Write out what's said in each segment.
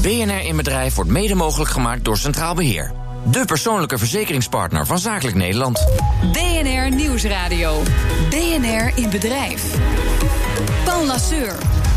BNR in Bedrijf wordt mede mogelijk gemaakt door Centraal Beheer. De persoonlijke verzekeringspartner van Zakelijk Nederland. BNR Nieuwsradio. BNR in Bedrijf. Paul Lasseur.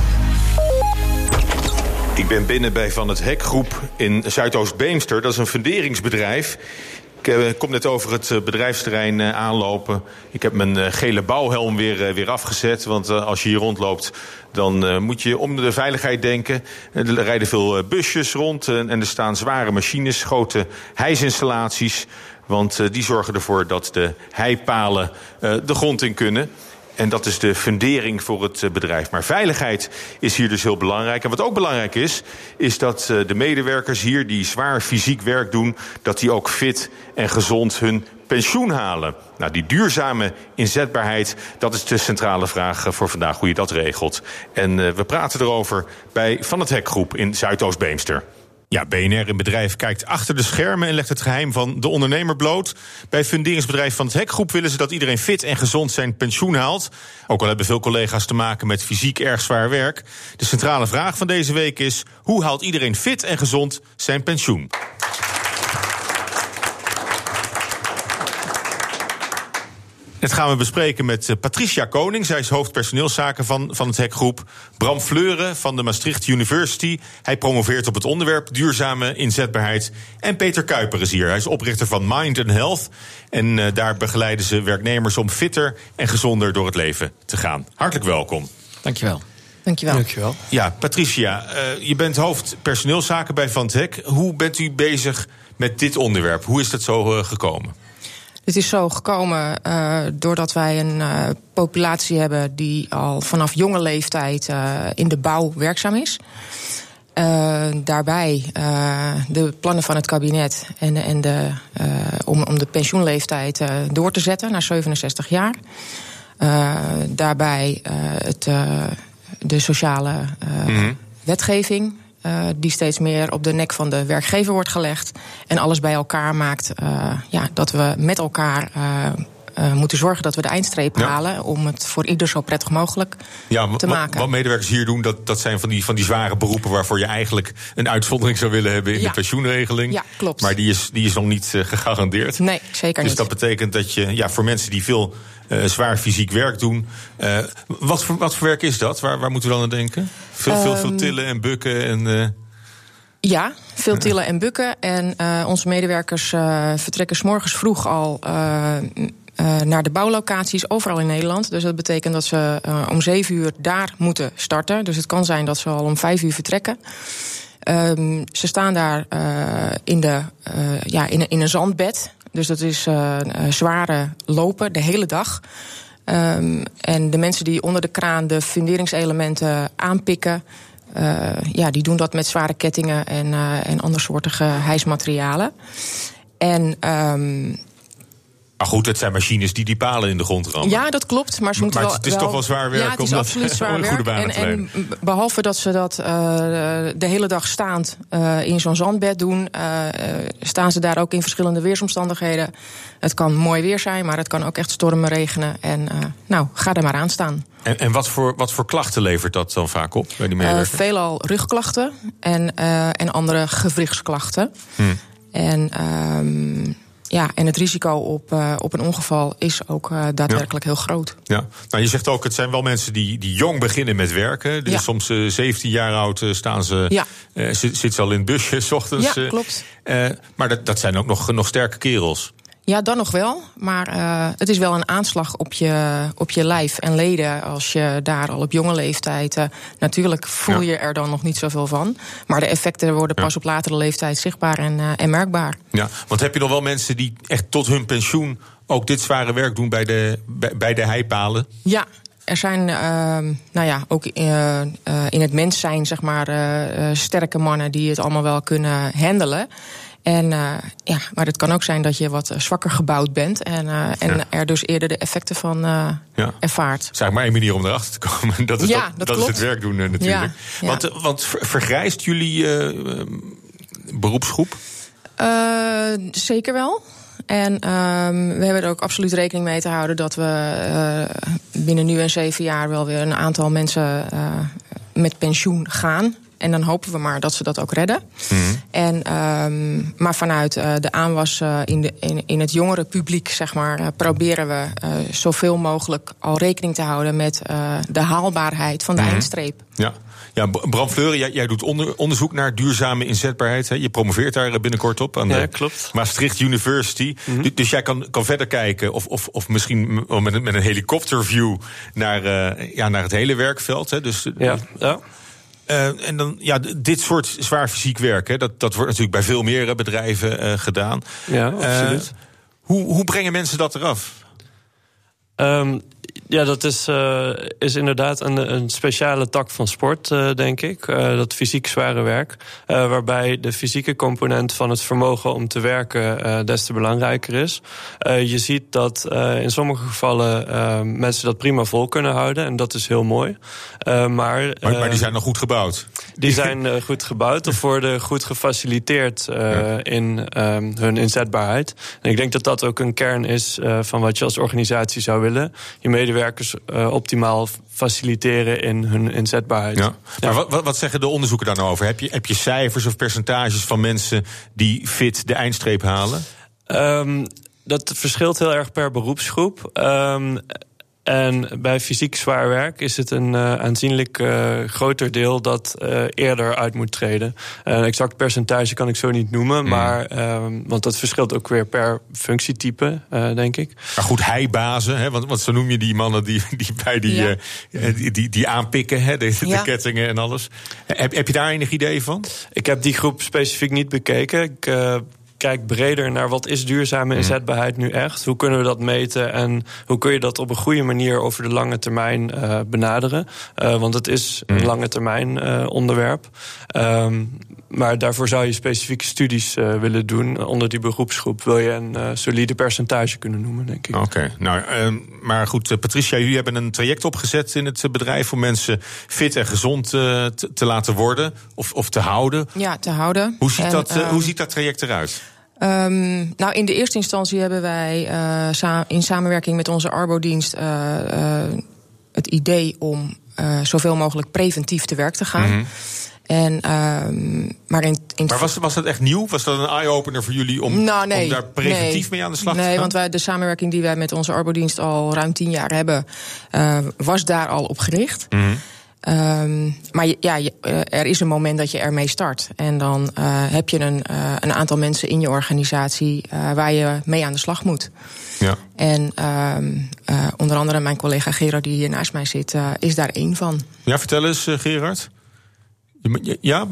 Ik ben binnen bij Van het Hek Groep in Zuidoost-Beemster. Dat is een funderingsbedrijf. Ik kom net over het bedrijfsterrein aanlopen. Ik heb mijn gele bouwhelm weer afgezet. Want als je hier rondloopt, dan moet je om de veiligheid denken. Er rijden veel busjes rond en er staan zware machines, grote hijsinstallaties. Want die zorgen ervoor dat de heipalen de grond in kunnen. En dat is de fundering voor het bedrijf. Maar veiligheid is hier dus heel belangrijk. En wat ook belangrijk is dat de medewerkers hier die zwaar fysiek werk doen, dat die ook fit en gezond hun pensioen halen. Nou, die duurzame inzetbaarheid, dat is de centrale vraag voor vandaag, hoe je dat regelt. En we praten erover bij Van het Hek Groep in Zuidoost-Beemster. Ja, BNR in Bedrijf kijkt achter de schermen en legt het geheim van de ondernemer bloot. Bij funderingsbedrijf Van het Hek Groep willen ze dat iedereen fit en gezond zijn pensioen haalt. Ook al hebben veel collega's te maken met fysiek erg zwaar werk. De centrale vraag van deze week is: hoe haalt iedereen fit en gezond zijn pensioen? Dat gaan we bespreken met Patricia Koning. Zij is hoofd personeelszaken van het Hek Groep. Bram Fleuren van de Maastricht University. Hij promoveert op het onderwerp duurzame inzetbaarheid. En Peter Kuiper is hier. Hij is oprichter van Mind and Health. En daar begeleiden ze werknemers om fitter en gezonder door het leven te gaan. Hartelijk welkom. Dankjewel. Dankjewel. Ja, Patricia, je bent hoofd personeelszaken bij Van het Hek. Hoe bent u bezig met dit onderwerp? Hoe is dat zo gekomen? Het is zo gekomen doordat wij een populatie hebben die al vanaf jonge leeftijd in de bouw werkzaam is. Daarbij de plannen van het kabinet om de pensioenleeftijd door te zetten naar 67 jaar. Daarbij de sociale wetgeving. Die steeds meer op de nek van de werkgever wordt gelegd. En alles bij elkaar maakt dat we met elkaar moeten zorgen dat we de eindstreep halen om het voor ieder zo prettig mogelijk te maken. Wat medewerkers hier doen, dat zijn van die zware beroepen waarvoor je eigenlijk een uitzondering zou willen hebben in de pensioenregeling. Ja, klopt. Maar die is nog niet gegarandeerd. Nee, zeker niet. Dus dat betekent dat je voor mensen die veel zwaar fysiek werk doen. Wat voor werk is dat? Waar moeten we dan aan denken? Veel tillen en bukken en... Ja, veel tillen en bukken. En onze medewerkers vertrekken 's morgens vroeg al naar de bouwlocaties overal in Nederland. Dus dat betekent dat ze om 7 uur daar moeten starten. Dus het kan zijn dat ze al om 5 uur vertrekken. Ze staan daar in een zandbed. Dus dat is zware lopen de hele dag. En de mensen die onder de kraan de funderingselementen aanpikken, die doen dat met zware kettingen en andersoortige hijsmaterialen. En maar goed, het zijn machines die palen in de grond rammen. Ja, dat klopt. Maar het is toch wel zwaar werk om dat een goede baan te nemen. En behalve dat ze dat de hele dag staand in zo'n zandbed doen, staan ze daar ook in verschillende weersomstandigheden. Het kan mooi weer zijn, maar het kan ook echt stormen, regenen. En ga er maar aan staan. En wat voor klachten levert dat dan vaak op bij die medewerkers? Veelal rugklachten en andere gewrichtsklachten. En het risico op een ongeval is ook daadwerkelijk heel groot. Ja. Nou, je zegt ook, het zijn wel mensen die jong beginnen met werken. Dus soms 17 jaar oud staan ze, zitten ze al in het busje 's ochtends. Ja, klopt. Maar dat zijn ook nog sterke kerels. Ja, dan nog wel. Maar het is wel een aanslag op je lijf en leden als je daar al op jonge leeftijd... natuurlijk voel je er dan nog niet zoveel van. Maar de effecten worden pas op latere leeftijd zichtbaar en merkbaar. Ja, want heb je nog wel mensen die echt tot hun pensioen ook dit zware werk doen bij de heipalen? Ja. Er zijn ook in het mens zijn, zeg maar, sterke mannen die het allemaal wel kunnen handelen. Maar het kan ook zijn dat je wat zwakker gebouwd bent en er dus eerder de effecten van ervaart. Het is eigenlijk maar één manier om erachter te komen. Dat is het werk doen natuurlijk. Ja. Want vergrijst jullie beroepsgroep? Zeker wel. En we hebben er ook absoluut rekening mee te houden dat we binnen nu en 7 jaar wel weer een aantal mensen met pensioen gaan. En dan hopen we maar dat ze dat ook redden. Maar vanuit de aanwas in het jongere publiek, zeg maar, proberen we zoveel mogelijk al rekening te houden met de haalbaarheid van de eindstreep. Ja, Bram Fleuren, jij doet onderzoek naar duurzame inzetbaarheid. Hè? Je promoveert daar binnenkort op aan de Maastricht University. Dus jij kan verder kijken of misschien met een helikopterview naar het hele werkveld. Hè? Dus, en dan, dit soort zwaar fysiek werk, hè, dat wordt natuurlijk bij veel meer bedrijven gedaan. Ja, absoluut. Hoe brengen mensen dat eraf? Dat is inderdaad een speciale tak van sport, denk ik. Dat fysiek zware werk. Waarbij de fysieke component van het vermogen om te werken des te belangrijker is. Je ziet dat in sommige gevallen mensen dat prima vol kunnen houden. En dat is heel mooi. Maar die zijn nog goed gebouwd? Die zijn goed gebouwd of worden goed gefaciliteerd in hun inzetbaarheid. En ik denk dat dat ook een kern is van wat je als organisatie zou willen. Je medewerkers optimaal faciliteren in hun inzetbaarheid. Ja. Maar wat zeggen de onderzoeken daar nou over? Heb je cijfers of percentages van mensen die fit de eindstreep halen? Dat verschilt heel erg per beroepsgroep. En bij fysiek zwaar werk is het een aanzienlijk groter deel dat eerder uit moet treden. Exact percentage kan ik zo niet noemen, maar want dat verschilt ook weer per functietype, denk ik. Maar goed, heibazen, hè, want zo noem je die mannen die bij die aanpikken, hè, de kettingen en alles. Heb je daar enig idee van? Ik heb die groep specifiek niet bekeken. Ik kijk breder naar wat is duurzame inzetbaarheid nu echt. Hoe kunnen we dat meten en hoe kun je dat op een goede manier over de lange termijn benaderen. Want het is een lange termijn onderwerp. Maar daarvoor zou je specifieke studies willen doen onder die beroepsgroep. Wil je een solide percentage kunnen noemen, denk ik. Oké. Maar goed, Patricia, jullie hebben een traject opgezet in het bedrijf om mensen fit en gezond te laten worden of te houden. Ja, te houden. Hoe ziet dat traject eruit? In de eerste instantie hebben wij in samenwerking met onze arbodienst het idee om zoveel mogelijk preventief te werk te gaan. Maar was dat echt nieuw? Was dat een eye-opener voor jullie om daar preventief mee aan de slag te gaan? Nee, want de samenwerking die wij met onze arbodienst al ruim 10 jaar hebben, was daar al op gericht. Maar er is een moment dat je ermee start. En dan heb je een aantal mensen in je organisatie waar je mee aan de slag moet. Ja. En onder andere mijn collega Gerard, die hier naast mij zit, is daar één van. Ja, vertel eens, Gerard. Ja?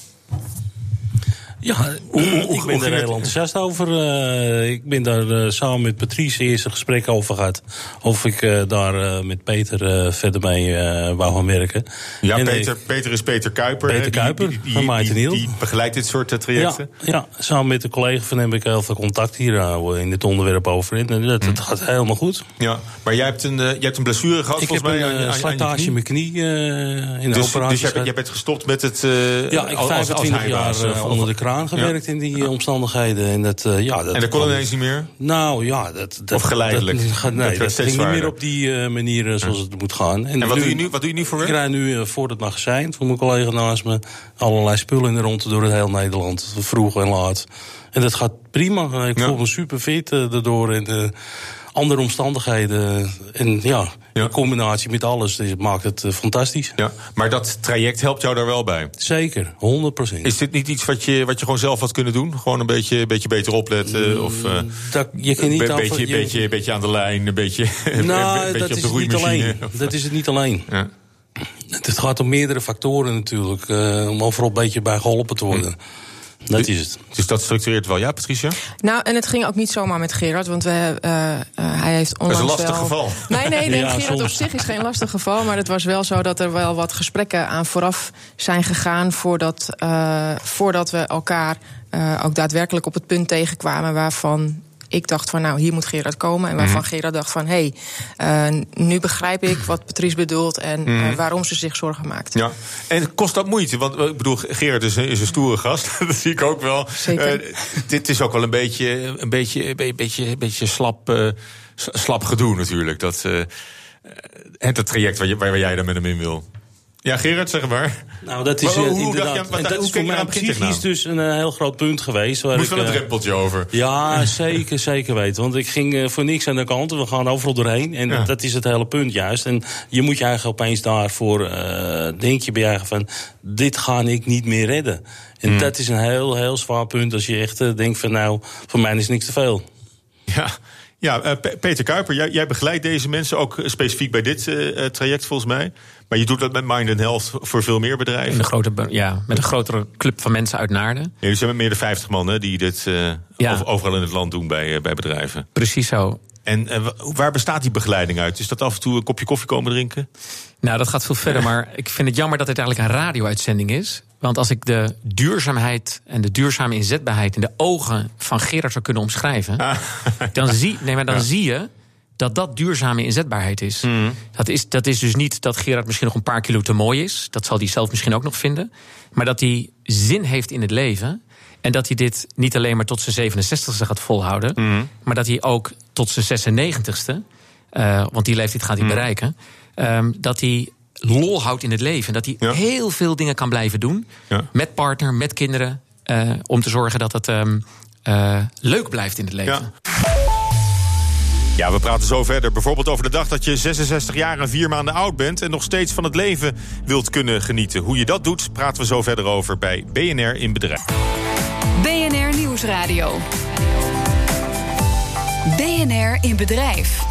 Ja, ik ben er heel enthousiast over. Ik ben daar samen met Patrice eerst een gesprek over gehad. Of ik daar met Peter verder mee wou gaan werken. Ja, en Peter is Peter Kuiper. Peter Kuiper van Maarten Niel. Die begeleidt dit soort trajecten. Ja, samen met een collega van hem heb ik heel veel contact hier in dit onderwerp over. En dat gaat helemaal goed. Ja, maar jij hebt een blessure gehad, volgens mij. Ik heb een slijtage in mijn knie in de operatie. Dus jij bent gestopt met het ik heb 25 jaar onder de kraan gewerkt in die omstandigheden. En dat kon ineens niet meer? Nou ja, of geleidelijk? Dat ging niet meer op die manier zoals het moet gaan. En wat doe je nu voor werk? Ik rijd nu voor het magazijn van mijn collega naast me. Allerlei spullen in de rond door het heel Nederland. Vroeg en laat. En dat gaat prima. Ik voel me super fit daardoor. En andere omstandigheden. En in combinatie met alles maakt het fantastistisch. Ja, maar dat traject helpt jou daar wel bij? Zeker, 100%. Is dit niet iets wat je gewoon zelf had kunnen doen? Gewoon een beetje beter opletten? Of je kan niet een beetje aan de lijn, een beetje op de roeimachine? Dat is het niet alleen. Ja. Het gaat om meerdere factoren natuurlijk. Om overal een beetje bij geholpen te worden. Dat is het. Dus dat structureert wel, ja, Patricia? Nou, en het ging ook niet zomaar met Gerard, want hij heeft onlangs. Dat is een lastig geval. Nee, Gerard op zich is geen lastig geval, maar het was wel zo dat er wel wat gesprekken aan vooraf zijn gegaan voordat we elkaar ook daadwerkelijk op het punt tegenkwamen waarvan ik dacht van, hier moet Gerard komen. En waarvan Gerard dacht van, nu begrijp ik wat Patrice bedoelt en waarom ze zich zorgen maakt. Ja, en kost dat moeite? Want ik bedoel, Gerard is een stoere gast. Dat zie ik ook wel. Zeker. Dit is ook wel een beetje slap gedoe natuurlijk. Dat traject waar jij dan met hem in wil. Ja, Gerard, zeg maar. Nou, dat is inderdaad. Dat is voor mij psychisch dus een heel groot punt geweest. Moest wel een drempeltje over. Ja, zeker weten. Want ik ging voor niks aan de kant. We gaan overal doorheen. En dat is het hele punt juist. En je moet je eigenlijk opeens daarvoor... denk je bij je eigen van... dit ga ik niet meer redden. En dat is een heel zwaar punt. Als je echt denkt van nou, voor mij is niks te veel. Ja, Peter Kuiper, jij begeleidt deze mensen ook specifiek bij dit traject volgens mij. Maar je doet dat met Mind & Health voor veel meer bedrijven. Met een grotere club van mensen uit Naarden. Ja, jullie zijn met meer dan 50 man die dit overal in het land doen bij bedrijven. Precies zo. En waar bestaat die begeleiding uit? Is dat af en toe een kopje koffie komen drinken? Nou, dat gaat veel verder, maar ik vind het jammer dat dit eigenlijk een radio-uitzending is. Want als ik de duurzaamheid en de duurzame inzetbaarheid in de ogen van Gerard zou kunnen omschrijven, dan zie je dat duurzame inzetbaarheid is. Dat is dus niet dat Gerard misschien nog een paar kilo te mooi is. Dat zal hij zelf misschien ook nog vinden. Maar dat hij zin heeft in het leven. En dat hij dit niet alleen maar tot zijn 67ste gaat volhouden. Maar dat hij ook tot zijn 96ste, want die leeftijd gaat hij bereiken, dat hij lol houdt in het leven. Dat hij heel veel dingen kan blijven doen. Ja. Met partner, met kinderen. Om te zorgen dat het leuk blijft in het leven. Ja, we praten zo verder. Bijvoorbeeld over de dag dat je 66 jaar en 4 maanden oud bent en nog steeds van het leven wilt kunnen genieten. Hoe je dat doet, praten we zo verder over bij BNR in Bedrijf. BNR Nieuwsradio. BNR in Bedrijf.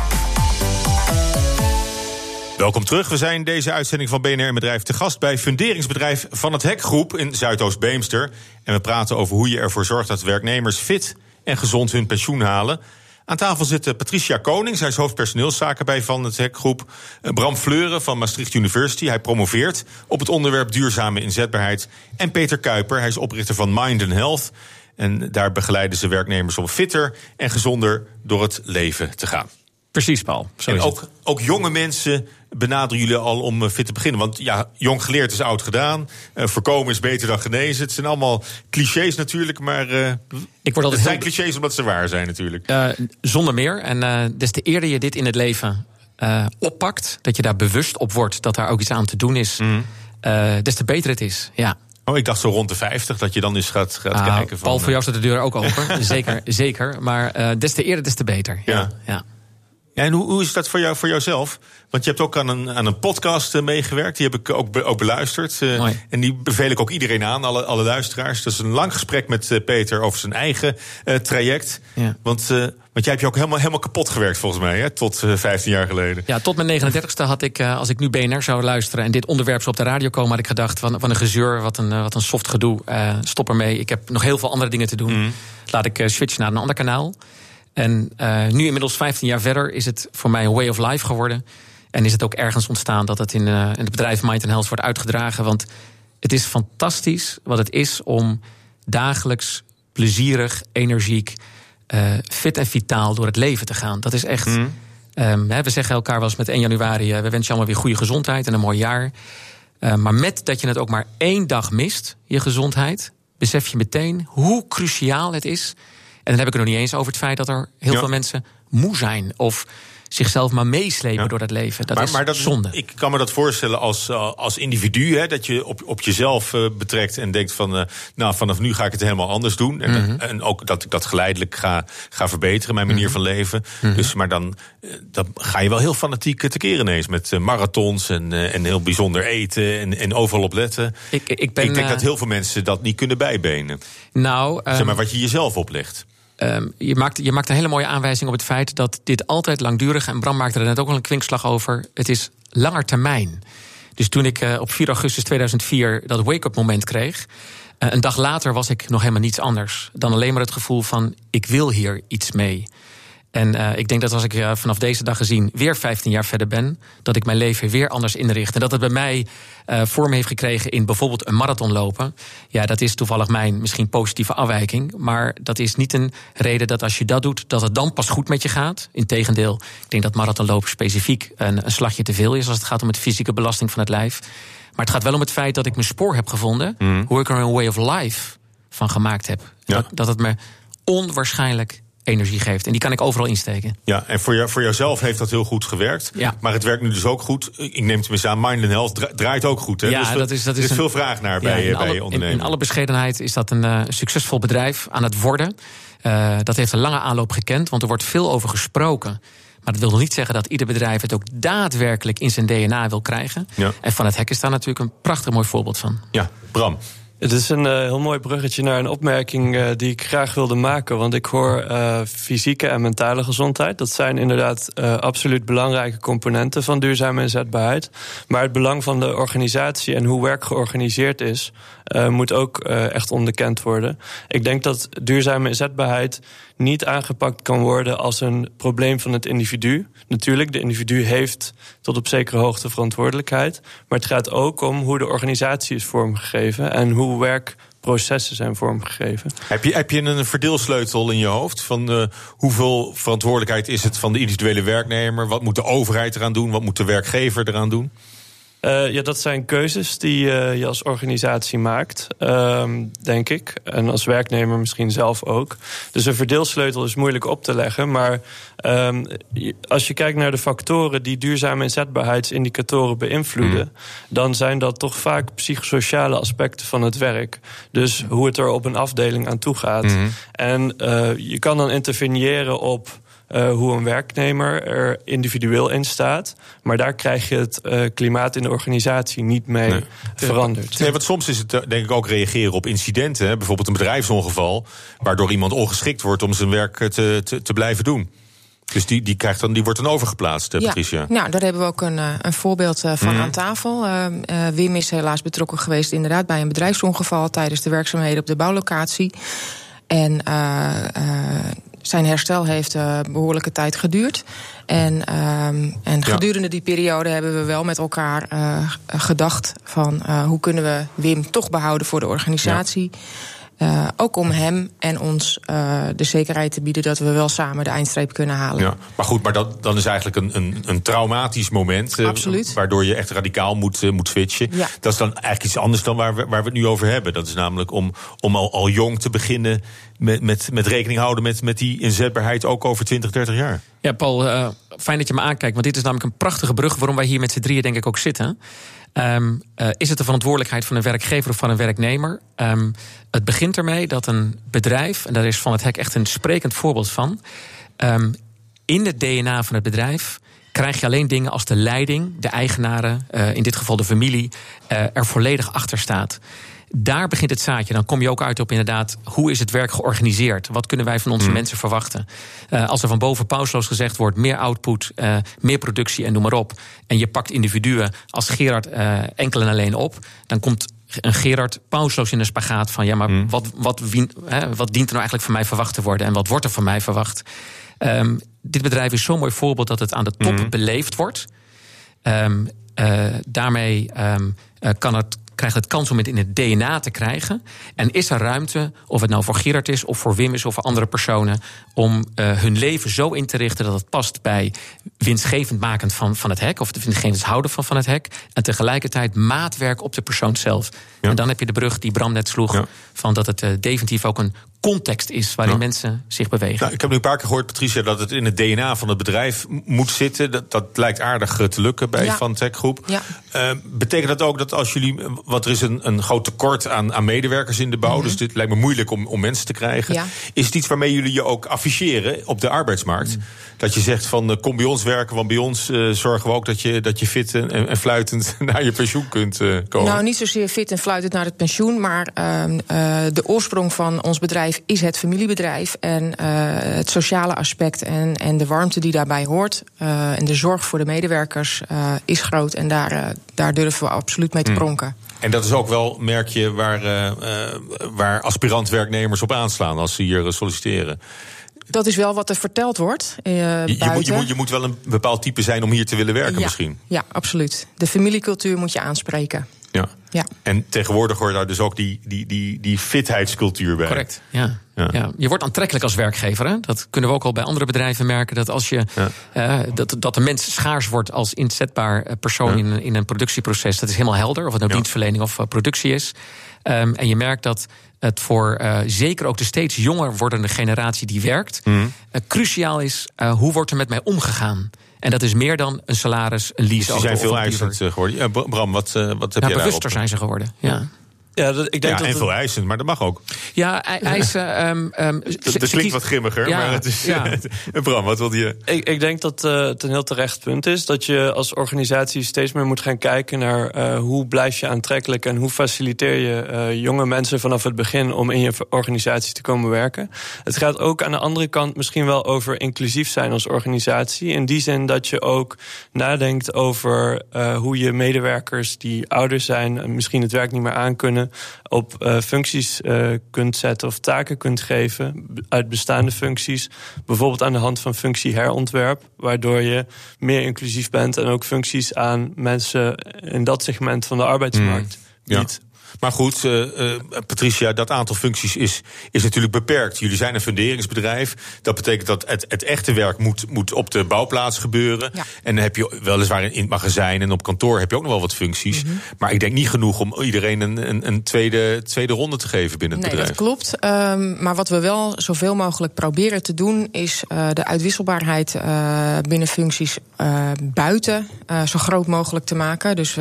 Welkom terug. We zijn deze uitzending van BNR in Bedrijf te gast bij funderingsbedrijf Van het Hek Groep in Zuidoost-Beemster. En we praten over hoe je ervoor zorgt dat werknemers fit en gezond hun pensioen halen. Aan tafel zit Patricia Koning, zij is hoofdpersoneelszaken bij Van het Hek Groep. Bram Fleuren van Maastricht University, hij promoveert op het onderwerp duurzame inzetbaarheid. En Peter Kuiper, hij is oprichter van Mind & Health. En daar begeleiden ze werknemers om fitter en gezonder door het leven te gaan. Precies, Paul. Zo en ook jonge mensen benaderen jullie al om fit te beginnen. Want ja, jong geleerd is oud gedaan. Voorkomen is beter dan genezen. Het zijn allemaal clichés natuurlijk, maar het zijn clichés omdat ze waar zijn natuurlijk. Zonder meer. En des te eerder je dit in het leven oppakt, dat je daar bewust op wordt dat daar ook iets aan te doen is, des te beter het is. Ja. Oh, ik dacht zo rond de 50 dat je dan eens gaat kijken. Paul, voor jou staat de deur ook open. zeker. Maar des te eerder, des te beter. Ja. Ja, en hoe is dat voor jouzelf? Want je hebt ook aan een podcast meegewerkt. Die heb ik ook beluisterd. En die beveel ik ook iedereen aan, alle luisteraars. Dat is een lang gesprek met Peter over zijn eigen traject. Ja. Want jij hebt je ook helemaal kapot gewerkt volgens mij, hè? Tot 15 jaar geleden. Ja, tot mijn 39ste had ik, als ik nu BNR zou luisteren en dit onderwerp zou op de radio komen, had ik gedacht, wat een gezeur, wat een soft gedoe. Stop ermee, ik heb nog heel veel andere dingen te doen. Laat ik switchen naar een ander kanaal. En nu inmiddels 15 jaar verder is het voor mij een way of life geworden. En is het ook ergens ontstaan dat het in het bedrijf Mind & Health wordt uitgedragen. Want het is fantastisch wat het is om dagelijks plezierig, energiek, fit en vitaal door het leven te gaan. Dat is echt. We zeggen elkaar wel eens met 1 januari... we wensen je allemaal weer goede gezondheid en een mooi jaar. Maar met dat je het ook maar 1 dag mist, je gezondheid, besef je meteen hoe cruciaal het is. En dan heb ik het nog niet eens over het feit dat er heel veel mensen moe zijn of zichzelf maar meeslepen door dat leven. Dat is zonde. Ik kan me dat voorstellen als individu, hè, dat je op jezelf betrekt en denkt van, vanaf nu ga ik het helemaal anders doen. En ook dat ik dat geleidelijk ga verbeteren, mijn manier van leven. Dus, maar dan ga je wel heel fanatiek tekeer ineens met marathons en heel bijzonder eten en overal op letten. Ik denk dat heel veel mensen dat niet kunnen bijbenen. Zeg maar wat je jezelf oplegt. Je maakt een hele mooie aanwijzing op het feit dat dit altijd langdurig, en Bram maakte er net ook al een kwinkslag over, het is langer termijn. Dus toen ik op 4 augustus 2004 dat wake-up moment kreeg, een dag later was ik nog helemaal niets anders dan alleen maar het gevoel van, ik wil hier iets mee. En ik denk dat als ik vanaf deze dag gezien weer 15 jaar verder ben, dat ik mijn leven weer anders inricht. En dat het bij mij vorm heeft gekregen in bijvoorbeeld een marathon lopen. Ja, dat is toevallig mijn misschien positieve afwijking. Maar dat is niet een reden dat als je dat doet, dat het dan pas goed met je gaat. Integendeel, ik denk dat marathonlopen specifiek een slagje te veel is als het gaat om het fysieke belasting van het lijf. Maar het gaat wel om het feit dat ik mijn spoor heb gevonden, hoe ik er een way of life van gemaakt heb. Ja. Dat het me onwaarschijnlijk energie geeft. En die kan ik overal insteken. Ja, en voor jouzelf heeft dat heel goed gewerkt. Ja. Maar het werkt nu dus ook goed. Ik neem tenminste aan, Mind & Health draait ook goed. Hè? Ja, dus er is veel vraag naar bij ondernemers. In alle bescheidenheid is dat een succesvol bedrijf aan het worden. Dat heeft een lange aanloop gekend, want er wordt veel over gesproken. Maar dat wil nog niet zeggen dat ieder bedrijf het ook daadwerkelijk in zijn DNA wil krijgen. Ja. En Van het Hek is daar natuurlijk een prachtig mooi voorbeeld van. Ja, Bram. Het is een heel mooi bruggetje naar een opmerking die ik graag wilde maken. Want ik hoor fysieke en mentale gezondheid. Dat zijn inderdaad absoluut belangrijke componenten van duurzame inzetbaarheid. Maar het belang van de organisatie en hoe werk georganiseerd is, moet ook echt onderkend worden. Ik denk dat duurzame inzetbaarheid niet aangepakt kan worden als een probleem van het individu. Natuurlijk, de individu heeft tot op zekere hoogte verantwoordelijkheid. Maar het gaat ook om hoe de organisatie is vormgegeven en hoe werkprocessen zijn vormgegeven. Heb je een verdeelsleutel in je hoofd van hoeveel verantwoordelijkheid is het van de individuele werknemer? Wat moet de overheid eraan doen? Wat moet de werkgever eraan doen? Dat zijn keuzes die je als organisatie maakt, denk ik. En als werknemer misschien zelf ook. Dus een verdeelsleutel is moeilijk op te leggen. Maar als je kijkt naar de factoren die duurzame inzetbaarheidsindicatoren beïnvloeden, dan zijn dat toch vaak psychosociale aspecten van het werk. Dus hoe het er op een afdeling aan toe gaat. Mm-hmm. En je kan dan interveneren op hoe een werknemer er individueel in staat. Maar daar krijg je het klimaat in de organisatie niet mee veranderd. Nee, want soms is het denk ik ook reageren op incidenten. Hè? Bijvoorbeeld een bedrijfsongeval, waardoor iemand ongeschikt wordt om zijn werk te blijven doen. Dus die wordt dan overgeplaatst, Patricia. Nou, daar hebben we ook een voorbeeld van aan tafel. Wim is helaas betrokken geweest inderdaad bij een bedrijfsongeval tijdens de werkzaamheden op de bouwlocatie. En zijn herstel heeft behoorlijke tijd geduurd. En gedurende die periode hebben we wel met elkaar gedacht van hoe kunnen we Wim toch behouden voor de organisatie. Ook om hem en ons de zekerheid te bieden dat we wel samen de eindstreep kunnen halen. Ja, maar goed, maar dan is eigenlijk een traumatisch moment. Waardoor je echt radicaal moet switchen. Ja. Dat is dan eigenlijk iets anders dan waar we het nu over hebben. Dat is namelijk om al jong te beginnen met rekening houden met die inzetbaarheid ook over 20, 30 jaar. Ja, Paul, fijn dat je me aankijkt. Want dit is namelijk een prachtige brug waarom wij hier met z'n drieën denk ik ook zitten. Is het de verantwoordelijkheid van een werkgever of van een werknemer? Het begint ermee dat een bedrijf, en daar is Van het Hek echt een sprekend voorbeeld van, in het DNA van het bedrijf krijg je alleen dingen als de leiding, de eigenaren, in dit geval de familie, er volledig achter staat. Daar begint het zaadje. Dan kom je ook uit op inderdaad, hoe is het werk georganiseerd? Wat kunnen wij van onze mensen verwachten? Als er van boven pauzeloos gezegd wordt, meer output, meer productie en noem maar op. En je pakt individuen als Gerard enkel en alleen op. Dan komt een Gerard pauzeloos in een spagaat van, ja, maar wat dient er nou eigenlijk van mij verwacht te worden? En wat wordt er van mij verwacht? Dit bedrijf is zo'n mooi voorbeeld dat het aan de top beleefd wordt. Daarmee krijgt het kans om het in het DNA te krijgen. En is er ruimte, of het nou voor Gerard is, of voor Wim is, of voor andere personen, om hun leven zo in te richten dat het past bij winstgevend maken van het hek, of de winstgevend houden van het hek, en tegelijkertijd maatwerk op de persoon zelf. Ja. En dan heb je de brug die Bram net sloeg, van dat het definitief ook een context is waarin mensen zich bewegen. Nou, ik heb nu een paar keer gehoord, Patricia, dat het in het DNA van het bedrijf moet zitten. Dat lijkt aardig te lukken bij Van het Hek Groep. Ja. Betekent dat ook dat als jullie, want er is een groot tekort aan medewerkers in de bouw, dus dit lijkt me moeilijk om mensen te krijgen. Ja. Is het iets waarmee jullie je ook afficheren op de arbeidsmarkt? Dat je zegt van kom bij ons werken, want bij ons zorgen we ook dat je fit en fluitend naar je pensioen kunt komen. Nou, niet zozeer fit en fluitend naar het pensioen, maar de oorsprong van ons bedrijf is het familiebedrijf. En het sociale aspect en de warmte die daarbij hoort, en de zorg voor de medewerkers is groot. En daar durven we absoluut mee te pronken. En dat is ook wel, merk je, waar aspirant-werknemers op aanslaan als ze hier solliciteren. Dat is wel wat er verteld wordt. Je moet wel een bepaald type zijn om hier te willen werken misschien. Ja, absoluut. De familiecultuur moet je aanspreken. Ja. En tegenwoordig hoort daar dus ook die fitheidscultuur bij. Correct, ja. Je wordt aantrekkelijk als werkgever. Hè? Dat kunnen we ook al bij andere bedrijven merken. Dat als je dat de mens schaars wordt als inzetbaar persoon in een productieproces. Dat is helemaal helder. Of het nou dienstverlening of productie is. En je merkt dat het voor zeker ook de steeds jonger wordende generatie die werkt, cruciaal is, hoe wordt er met mij omgegaan? En dat is meer dan een salaris, een lease. Die zijn veel eisend geworden. Ja, Bram, wat heb jij daarop? Bewuster zijn ze geworden, ja. Ja, ik denk en veel eisend, maar dat mag ook. Ja, eisen. Dat klinkt wat grimmiger, maar het is... Ja. Bram, wat wilde je? Ik denk dat het een heel terecht punt is. Dat je als organisatie steeds meer moet gaan kijken naar hoe blijf je aantrekkelijk en hoe faciliteer je jonge mensen vanaf het begin om in je organisatie te komen werken. Het gaat ook aan de andere kant misschien wel over inclusief zijn als organisatie. In die zin dat je ook nadenkt over hoe je medewerkers die ouder zijn en misschien het werk niet meer aankunnen, op functies kunt zetten of taken kunt geven uit bestaande functies. Bijvoorbeeld aan de hand van functieherontwerp, waardoor je meer inclusief bent en ook functies aan mensen in dat segment van de arbeidsmarkt biedt. Ja. Maar goed, Patricia, dat aantal functies is natuurlijk beperkt. Jullie zijn een funderingsbedrijf. Dat betekent dat het echte werk moet op de bouwplaats gebeuren. Ja. En dan heb je weliswaar in het magazijn en op kantoor heb je ook nog wel wat functies. Mm-hmm. Maar ik denk niet genoeg om iedereen een tweede ronde te geven binnen het bedrijf. Dat klopt. Maar wat we wel zoveel mogelijk proberen te doen, is de uitwisselbaarheid binnen functies buiten zo groot mogelijk te maken. Dus,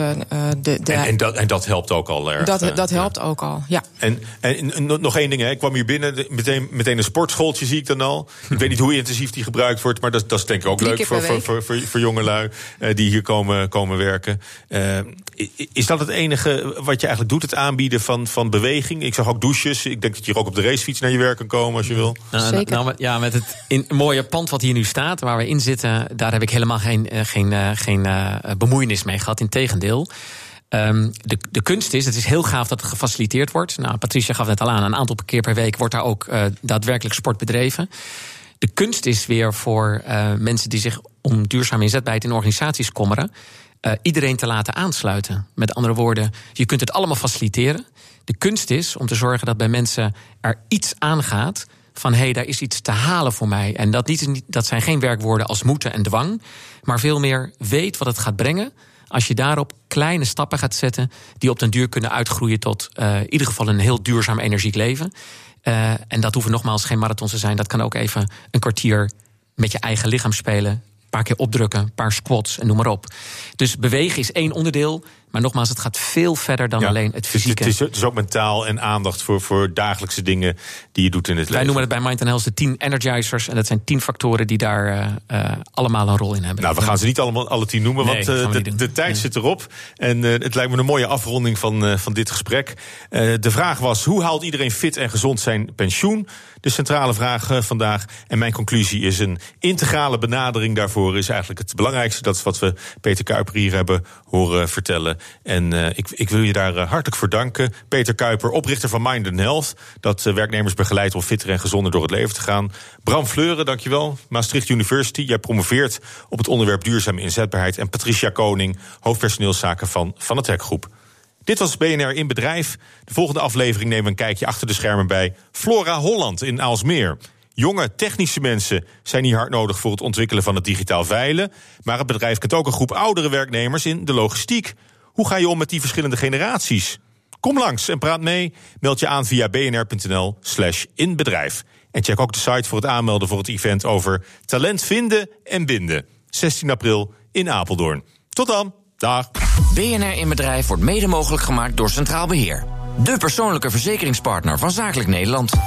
en dat helpt ook al erg. Dat helpt ook al, ja. En nog één ding, hè. Ik kwam hier binnen, meteen een sportschooltje zie ik dan al. Ik weet niet hoe intensief die gebruikt wordt, maar dat is denk ik ook leuk voor jongelui die hier komen werken. Is dat het enige wat je eigenlijk doet, het aanbieden van beweging? Ik zag ook douches. Ik denk dat je ook op de racefiets naar je werk kan komen als je wil. Zeker. Met het mooie pand wat hier nu staat, waar we in zitten, daar heb ik helemaal geen bemoeienis mee gehad. Integendeel. De kunst is, het is heel gaaf dat het gefaciliteerd wordt. Nou, Patricia gaf net al aan, een aantal keer per week wordt daar ook daadwerkelijk sport bedreven. De kunst is weer voor mensen die zich om duurzame inzetbaarheid in organisaties kommeren, iedereen te laten aansluiten. Met andere woorden, je kunt het allemaal faciliteren. De kunst is om te zorgen dat bij mensen er iets aangaat van daar is iets te halen voor mij. En dat zijn geen werkwoorden als moeten en dwang, maar veel meer weet wat het gaat brengen als je daarop kleine stappen gaat zetten die op den duur kunnen uitgroeien tot in ieder geval een heel duurzaam energiek leven. En dat hoeven nogmaals geen marathons te zijn. Dat kan ook even een kwartier met je eigen lichaam spelen, een paar keer opdrukken, een paar squats en noem maar op. Dus bewegen is één onderdeel, maar nogmaals, het gaat veel verder dan alleen het fysieke. Het is ook mentaal en aandacht voor dagelijkse dingen die je doet in het leven. Wij noemen het bij Mind & Health de 10 energizers. En dat zijn 10 factoren die daar allemaal een rol in hebben. Nou, we gaan ze niet alle 10 noemen, want de tijd zit erop. En het lijkt me een mooie afronding van dit gesprek. De vraag was, hoe haalt iedereen fit en gezond zijn pensioen? De centrale vraag vandaag. En mijn conclusie is, een integrale benadering daarvoor is eigenlijk het belangrijkste. Dat is wat we Peter Kuiper hier hebben horen vertellen. En ik wil je daar hartelijk voor danken. Peter Kuiper, oprichter van Mind & Health, dat werknemers begeleidt om fitter en gezonder door het leven te gaan. Bram Fleuren, dankjewel. Maastricht University, jij promoveert op het onderwerp duurzame inzetbaarheid. En Patricia Koning, hoofdpersoneelszaken van het Hekgroep. Dit was BNR in Bedrijf. De volgende aflevering nemen we een kijkje achter de schermen bij Flora Holland in Aalsmeer. Jonge technische mensen zijn hier hard nodig voor het ontwikkelen van het digitaal veilen. Maar het bedrijf kent ook een groep oudere werknemers in de logistiek. Hoe ga je om met die verschillende generaties? Kom langs en praat mee. Meld je aan via bnr.nl/inbedrijf. En check ook de site voor het aanmelden voor het event over talent vinden en binden. 16 april in Apeldoorn. Tot dan. Dag. BNR in Bedrijf wordt mede mogelijk gemaakt door Centraal Beheer. De persoonlijke verzekeringspartner van Zakelijk Nederland.